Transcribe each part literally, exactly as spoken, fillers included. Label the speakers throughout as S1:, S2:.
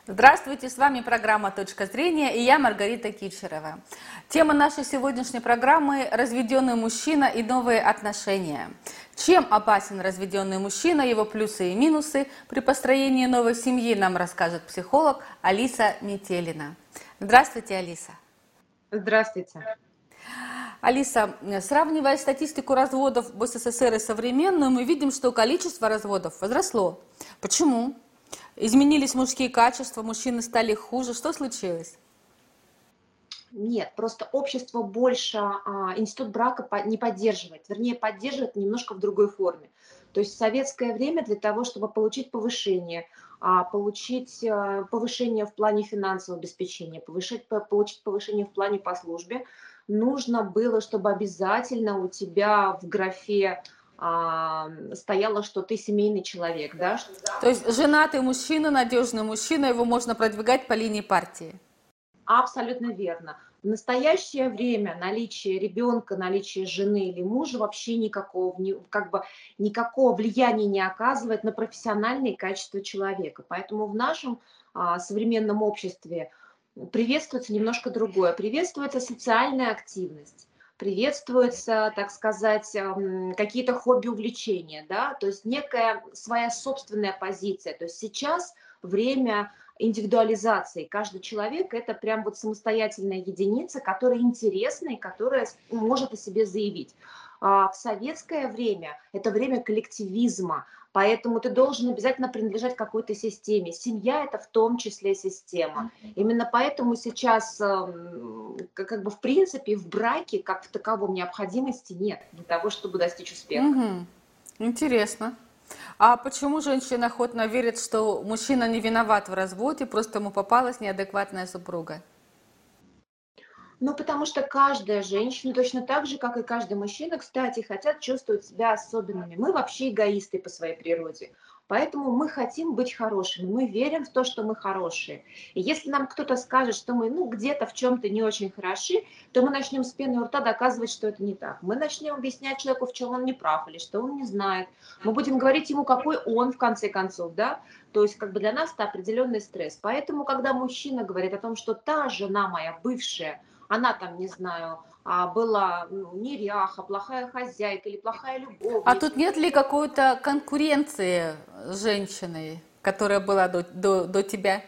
S1: Здравствуйте, с вами программа «Точка зрения» и я Маргарита Кичерова. Тема нашей сегодняшней программы – разведенный мужчина и новые отношения. Чем опасен разведенный мужчина, его плюсы и минусы при построении новой семьи, нам расскажет психолог Алиса Метелина. Здравствуйте, Алиса.
S2: Здравствуйте.
S1: Алиса, сравнивая статистику разводов в СССР и современную, мы видим, что количество разводов возросло. Почему? Изменились мужские качества, мужчины стали хуже. Что случилось?
S2: Нет, просто общество больше а, институт брака по- не поддерживает, вернее, поддерживает немножко в другой форме. То есть в советское время для того, чтобы получить повышение, а, получить а, повышение в плане финансового обеспечения, повышить, по- получить повышение в плане по службе, нужно было, чтобы обязательно у тебя в графе а, стояло, что ты семейный человек, да.
S1: То есть женатый мужчина, надежный мужчина, его можно продвигать по линии партии.
S2: Абсолютно верно. В настоящее время наличие ребенка, наличие жены или мужа вообще никакого, ни- как бы, никакого влияния не оказывает на профессиональные качества человека. Поэтому в нашем а, современном обществе приветствуется немножко другое. Приветствуется социальная активность, приветствуются, так сказать, ам, какие-то хобби, увлечения, да, то есть некая своя собственная позиция. То есть сейчас время индивидуализации. Каждый человек – это прям вот самостоятельная единица, которая интересна и которая может о себе заявить. А в советское время это время коллективизма, поэтому ты должен обязательно принадлежать какой-то системе. Семья – это в том числе система. Именно поэтому сейчас эм, как как бы в принципе в браке как в таковом необходимости нет для того, чтобы достичь успеха.
S1: Угу. Интересно. А почему женщина охотно верит, что мужчина не виноват в разводе, просто ему попалась неадекватная супруга?
S2: Ну, потому что каждая женщина, точно так же, как и каждый мужчина, кстати, хотят чувствовать себя особенными. Мы вообще эгоисты по своей природе. Поэтому мы хотим быть хорошими, мы верим в то, что мы хорошие. И если нам кто-то скажет, что мы ну, где-то в чем-то не очень хороши, то мы начнем с пены у рта доказывать, что это не так. Мы начнем объяснять человеку, в чем он не прав или что он не знает. Мы будем говорить ему, какой он в конце концов, да. То есть как бы для нас это определенный стресс. Поэтому, когда мужчина говорит о том, что та жена моя бывшая, она там, не знаю, а, была ну, неряха, плохая хозяйка или плохая
S1: А
S2: любовница.
S1: тут нет ли какой-то конкуренции с женщиной, которая была до, до, до тебя?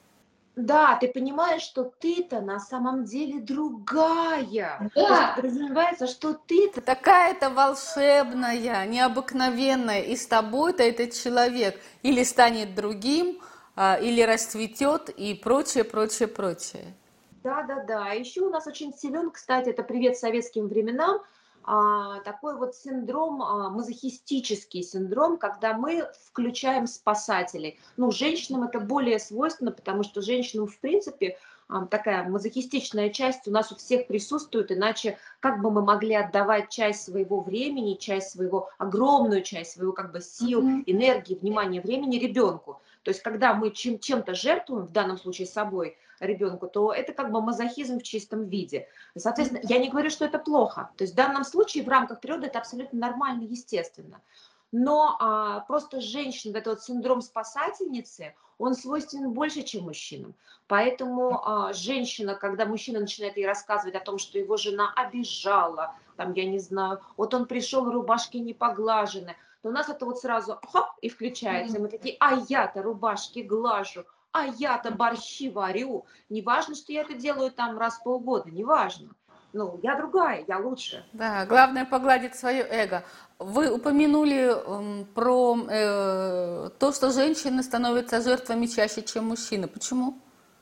S2: Да, ты понимаешь, что ты-то на самом деле другая. То есть
S3: Да,
S2: подразумевается, что ты-то...
S1: Ты такая-то волшебная, необыкновенная, и с тобой-то этот человек или станет другим, а, или расцветет, и прочее, прочее, прочее.
S2: Да-да-да. Еще у нас очень силен, кстати, это привет советским временам, а, такой вот синдром, а, мазохистический синдром, когда мы включаем спасателей. Ну, женщинам это более свойственно, потому что женщинам, в принципе, а, такая мазохистичная часть у нас у всех присутствует, иначе как бы мы могли отдавать часть своего времени, часть своего, огромную часть своего как бы сил,
S1: Мгм.
S2: энергии, внимания, времени ребенку. То есть, когда мы чем- чем-то жертвуем, в данном случае собой, ребенку, то это как бы мазохизм в чистом виде. Соответственно, я не говорю, что это плохо. То есть в данном случае в рамках природы это абсолютно нормально, естественно. Но а, просто женщина, вот этот вот синдром спасательницы, он свойственен больше, чем мужчинам. Поэтому а, женщина, когда мужчина начинает ей рассказывать о том, что его жена обижала, там, я не знаю, вот он пришел, рубашки не поглажены, то у нас это вот сразу хоп, и включается. И мы такие, а я-то рубашки глажу, а я-то борщи варю. Не важно, что я это делаю там раз в полгода, не важно. Ну, я другая, я лучше.
S1: Да, главное погладить свое эго. Вы упомянули м, про э, то, что женщины становятся жертвами чаще, чем мужчины. Почему?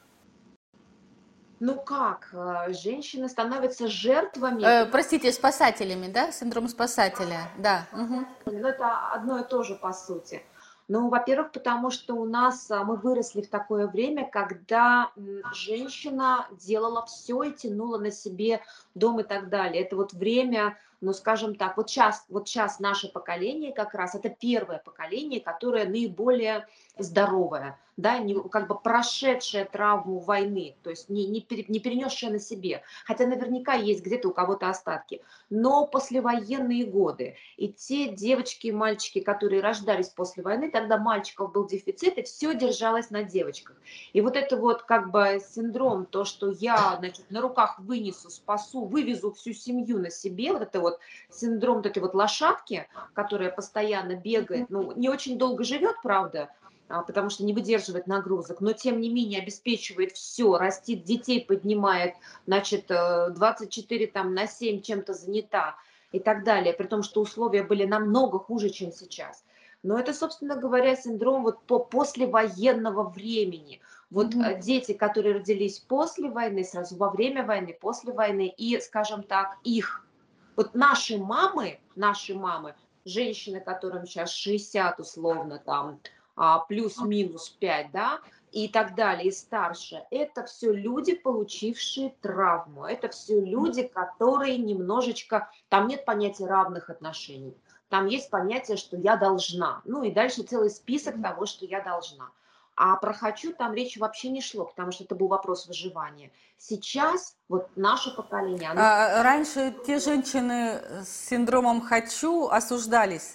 S2: Ну как, э, женщины становятся жертвами,
S1: Э, простите, спасателями, да? Синдром спасателя, да. Мгм.
S2: ну, это одно и то же по сути. Ну, во-первых, потому что у нас а, мы выросли в такое время, когда м, женщина делала все и тянула на себе дом и так далее. Это вот время Но, скажем так, вот сейчас, вот сейчас наше поколение как раз это первое поколение, которое наиболее здоровое, да, не, как бы прошедшее травму войны, то есть не, не, пере- не перенесшее на себе. Хотя наверняка есть где-то у кого-то остатки. Но послевоенные годы и те девочки и мальчики, которые рождались после войны, тогда мальчиков был дефицит, и все держалось на девочках. И вот это вот как бы синдром, то, что я, значит, на руках вынесу, спасу, вывезу всю семью на себе, вот это вот синдром вот этой вот лошадки, которая постоянно бегает, ну, не очень долго живет, правда, а, потому что не выдерживает нагрузок, но тем не менее обеспечивает все, растит детей, поднимает, значит, э, двадцать четыре там на семь чем-то занята и так далее, при том, что условия были намного хуже, чем сейчас. Но это, собственно говоря, синдром вот по послевоенного времени. Вот
S1: Мгм.
S2: э, дети, которые родились после войны, сразу во время войны, после войны, и, скажем так, их, вот наши мамы, наши мамы, женщины, которым сейчас шестьдесят условно там, а, плюс-минус пять, да, и так далее, и старше, это все люди, получившие травму, это все люди, которые немножечко, там нет понятия равных отношений, там есть понятие, что я должна, ну и дальше целый список того, что я должна. А про хочу там речи вообще не шло, потому что это был вопрос выживания. Сейчас вот наше поколение, оно,
S1: А, раньше те женщины с синдромом «хочу» осуждались.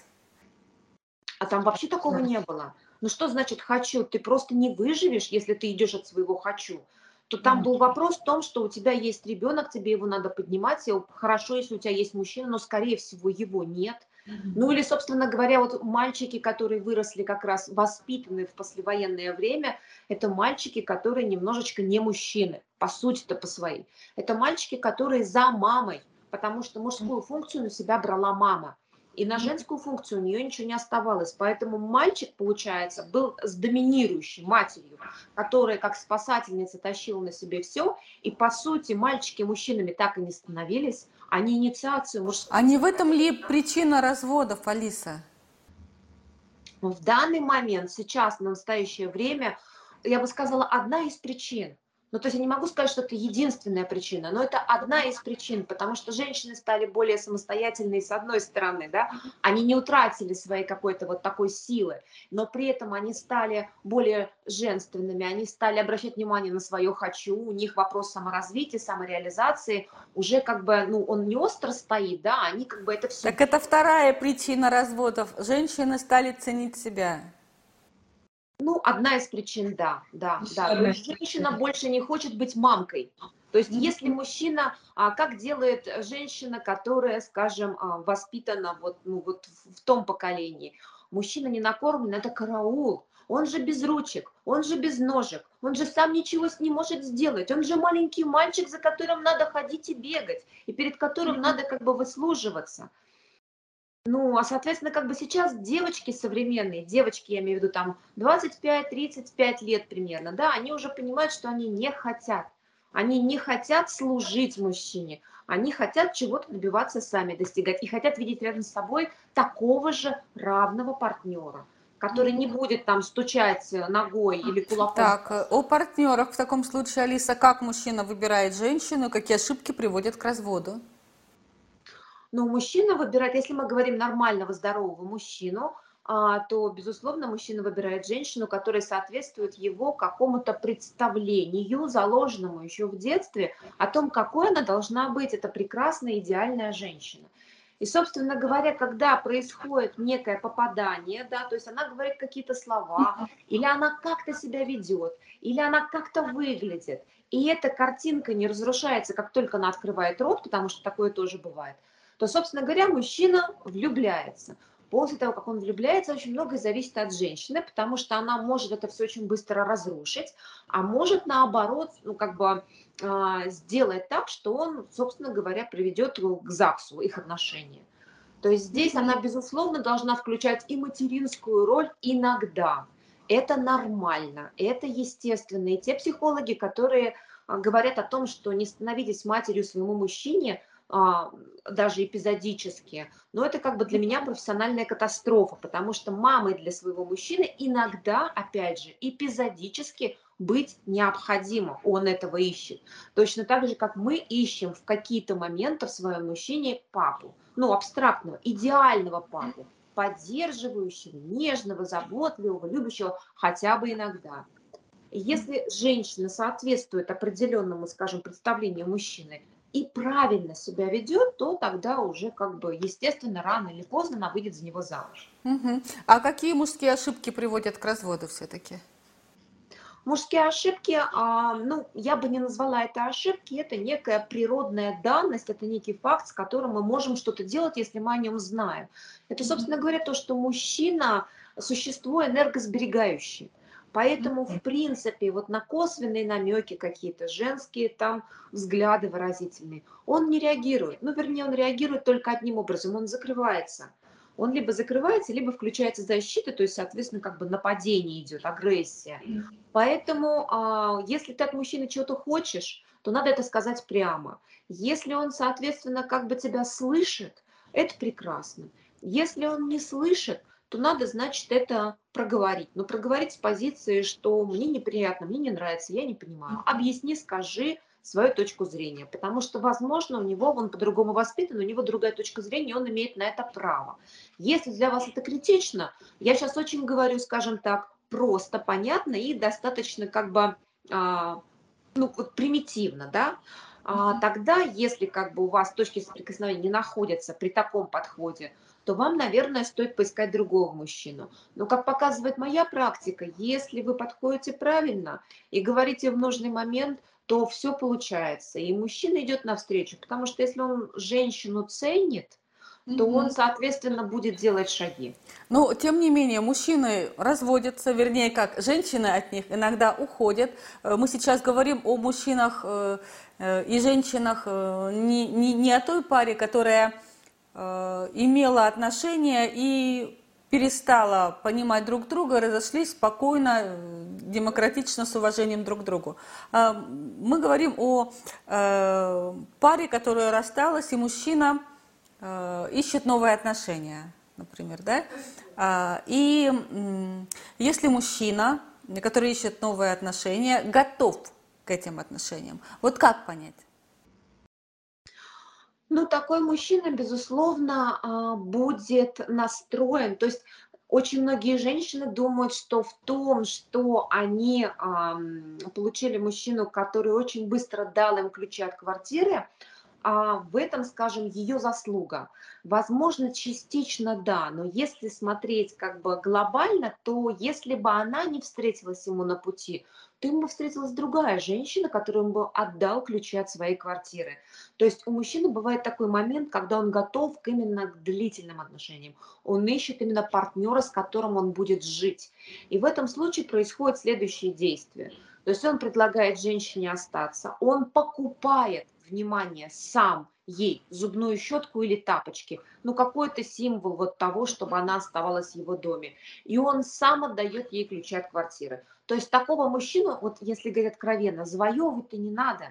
S2: а там вообще такого не было. Ну что значит хочу? Ты просто не выживешь, если ты идешь от своего хочу. То там был вопрос в том, что у тебя есть ребенок, тебе его надо поднимать, и хорошо, если у тебя есть мужчина, но скорее всего его нет. Ну или, собственно говоря, вот мальчики, которые выросли как раз воспитанные в послевоенное время, это мальчики, которые немножечко не мужчины, по сути-то по своей. Это мальчики, которые за мамой, потому что мужскую функцию на себя брала мама. И на женскую функцию у нее ничего не оставалось. Поэтому мальчик, получается, был с доминирующей матерью, которая как спасательница тащила на себе все. И, по сути, мальчики мужчинами так и не становились. Они инициацию
S1: А
S2: мужскую.
S1: не в этом ли причина разводов, Алиса?
S2: В данный момент, сейчас, на настоящее время, я бы сказала, одна из причин. Ну, то есть я не могу сказать, что это единственная причина, но это одна из причин, потому что женщины стали более самостоятельные с одной стороны, да, они не утратили своей какой-то вот такой силы, но при этом они стали более женственными, они стали обращать внимание на свое «хочу», у них вопрос саморазвития, самореализации уже как бы, ну, он не остро стоит, да, они как бы это все.
S1: Так это вторая причина разводов. Женщины стали ценить себя.
S2: Ну, одна из причин, да, да, да. То есть женщина больше не хочет быть мамкой. То есть если мужчина, а, как делает женщина, которая, скажем, а, воспитана вот, ну, вот в, в том поколении, мужчина не накормлен, это караул. Он же без ручек, он же без ножек, он же сам ничего с ним может сделать. Он же маленький мальчик, за которым надо ходить и бегать, и перед которым надо как бы выслуживаться. Ну, а, соответственно, как бы сейчас девочки современные, девочки, я имею в виду там двадцать пять тридцать пять лет примерно, да, они уже понимают, что они не хотят. Они не хотят служить мужчине, они хотят чего-то добиваться сами, достигать. И хотят видеть рядом с собой такого же равного партнера, который не будет там стучать э, ногой или кулаком.
S1: Так, э, о партнерах в таком случае, Алиса, как мужчина выбирает женщину, какие ошибки приводят к разводу?
S2: Но мужчина выбирает, если мы говорим нормального, здорового мужчину, а, то, безусловно, мужчина выбирает женщину, которая соответствует его какому-то представлению, заложенному еще в детстве, о том, какой она должна быть. Это прекрасная, идеальная женщина. И, собственно говоря, когда происходит некое попадание, да, то есть она говорит какие-то слова, или она как-то себя ведет, или она как-то выглядит, и эта картинка не разрушается, как только она открывает рот, потому что такое тоже бывает, то, собственно говоря, мужчина влюбляется. После того, как он влюбляется, очень многое зависит от женщины, потому что она может это все очень быстро разрушить, а может наоборот, ну как бы а, сделать так, что он, собственно говоря, приведет к ЗАГСу их отношения. То есть здесь она, безусловно, должна включать и материнскую роль иногда. Это нормально, это естественно. И те психологи, которые а, говорят о том, что не становитесь матерью своему мужчине, а, даже эпизодически, но это как бы для меня профессиональная катастрофа, потому что мамой для своего мужчины иногда, опять же, эпизодически быть необходимо, он этого ищет. Точно так же, как мы ищем в какие-то моменты в своем мужчине папу, ну, абстрактного, идеального папу, поддерживающего, нежного, заботливого, любящего хотя бы иногда. И если женщина соответствует определенному, скажем, представлению мужчины и правильно себя ведет, то тогда уже как бы, естественно, рано или поздно она выйдет за него замуж.
S1: Мгм. А какие мужские ошибки приводят к разводу все-таки?
S2: Мужские ошибки, а, ну, я бы не назвала это ошибки, это некая природная данность, это некий факт, с которым мы можем что-то делать, если мы о нем знаем. Это, собственно говоря, то, что мужчина– существо энергосберегающее. Поэтому, в принципе, вот на косвенные намеки какие-то, женские там взгляды выразительные, он не реагирует. Ну, вернее, он реагирует только одним образом, он закрывается. Он либо закрывается, либо включается защита, то есть, соответственно, как бы нападение идет, агрессия. Поэтому, а, если ты от мужчины чего-то хочешь, то надо это сказать прямо. Если он, соответственно, как бы тебя слышит, это прекрасно. Если он не слышит, то надо, значит, это проговорить. Но проговорить с позиции, что мне неприятно, мне не нравится, я не понимаю. Объясни, скажи свою точку зрения. Потому что, возможно, у него, он по-другому воспитан, у него другая точка зрения, он имеет на это право. Если для вас это критично, я сейчас очень говорю, скажем так, просто, понятно и достаточно как бы, а, ну, вот примитивно, да, а, тогда, если как бы у вас точки соприкосновения не находятся при таком подходе, то вам, наверное, стоит поискать другого мужчину. Но, как показывает моя практика, если вы подходите правильно и говорите в нужный момент, то все получается. И мужчина идет навстречу, потому что если он женщину ценит, то он, соответственно, будет делать шаги.
S1: Но, тем не менее, мужчины разводятся, вернее, как женщины от них иногда уходят. Э, Мы сейчас говорим о мужчинах э, э, и женщинах, э, не, не, не о той паре, которая э, имела отношения и перестала понимать друг друга, разошлись спокойно, э, демократично, с уважением друг к другу. А Мы говорим о э, паре, которая рассталась, и мужчина э, ищет новые отношения, например, да? А, И м, если мужчина, который ищет новые отношения, готов к этим отношениям, вот как понять?
S2: Ну, такой мужчина, безусловно, а, будет настроен. То есть очень многие женщины думают, что в том, что они ам, получили мужчину, который очень быстро дал им ключи от квартиры, а, в этом, скажем, ее заслуга. Возможно, частично да, но если смотреть как бы глобально, то если бы она не встретилась ему на пути, то ему бы встретилась другая женщина, которая ему бы отдал ключи от своей квартиры. То есть у мужчины бывает такой момент, когда он готов к именно к длительным отношениям. Он ищет именно партнера, с которым он будет жить. И в этом случае происходит следующее действие. То есть он предлагает женщине остаться, он покупает, внимание, сам ей зубную щетку или тапочки, ну какой-то символ вот того, чтобы она оставалась в его доме. И он сам отдает ей ключи от квартиры. То есть такого мужчину, вот если говорить откровенно, завоевывать-то не надо.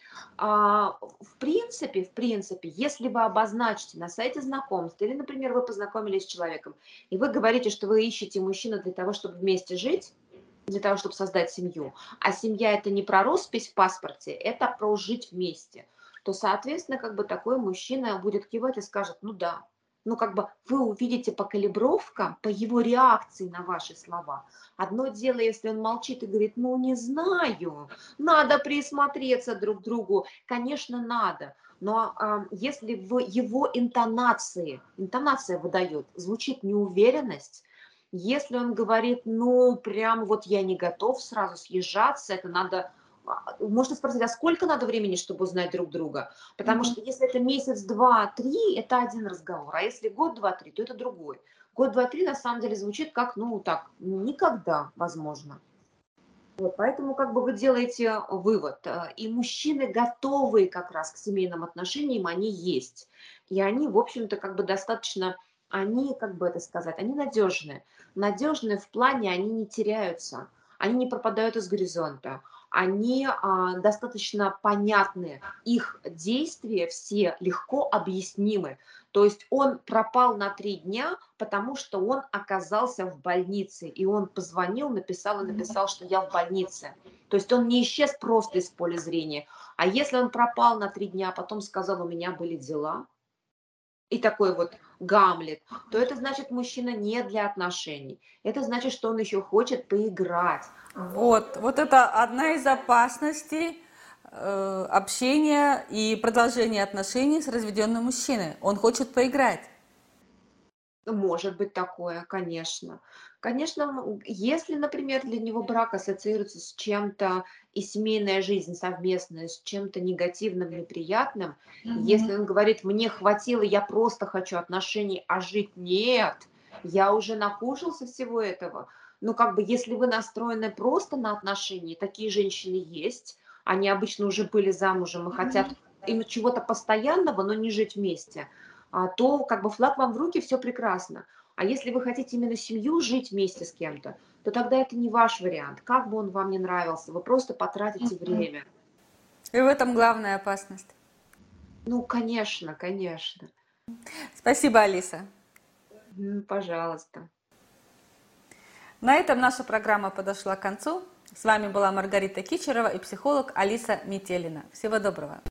S2: А, в принципе, в принципе, если вы обозначите на сайте знакомств, или, например, вы познакомились с человеком, и вы говорите, что вы ищете мужчину для того, чтобы вместе жить, для того, чтобы создать семью, а семья это не про роспись в паспорте, это про жить вместе, то, соответственно, как бы такой мужчина будет кивать и скажет, ну да, ну как бы вы увидите по калибровкам, по его реакции на ваши слова. Одно дело, если он молчит и говорит, ну не знаю, надо присмотреться друг к другу, конечно, надо. Но а, если в его интонации, интонация выдает, звучит неуверенность, если он говорит, ну, прям вот я не готов сразу съезжаться, это надо, а, можно спросить, а сколько надо времени, чтобы узнать друг друга? Потому
S1: Мгм.
S2: что если это месяц, два, три, это один разговор, а если год, два, три, то это другой. Год, два, три на самом деле звучит как, ну, так, никогда, возможно. Вот, поэтому как бы вы делаете вывод, э, и мужчины, готовые как раз к семейным отношениям, они есть. И они, в общем-то, как бы достаточно, они, как бы это сказать, они надежные. Надежные в плане, они не теряются. они не пропадают из горизонта, они а, достаточно понятны, их действия все легко объяснимы. То есть он пропал на три дня, потому что он оказался в больнице, и он позвонил, написал и написал, что я в больнице. То есть он не исчез просто из поля зрения. А если он пропал на три дня, а потом сказал, у меня были дела, и такой вот Гамлет, то это значит, мужчина не для отношений. Это значит, что он еще хочет поиграть.
S1: Вот, вот это одна из опасностей э, общения и продолжения отношений с разведенным мужчиной. Он хочет поиграть.
S2: Может быть такое, конечно. Конечно, м, если, например, для него брак ассоциируется с чем-то, и семейная жизнь совместная с чем-то негативным, неприятным, если он говорит, мне хватило, я просто хочу отношений, а жить нет, я уже накушался всего этого. Ну, как бы, если вы настроены просто на отношения, такие женщины есть, они обычно уже были замужем и хотят им чего-то постоянного, но не жить вместе, а, то как бы флаг вам в руки, все прекрасно. А если вы хотите именно семью, жить вместе с кем-то, то тогда это не ваш вариант. Как бы он вам не нравился, вы просто потратите время.
S1: И в этом главная опасность.
S2: Ну, конечно, конечно.
S1: Спасибо, Алиса.
S2: М, Пожалуйста.
S1: На этом наша программа подошла к концу. С вами была Маргарита Кичерова и психолог Алиса Метелина. Всего доброго.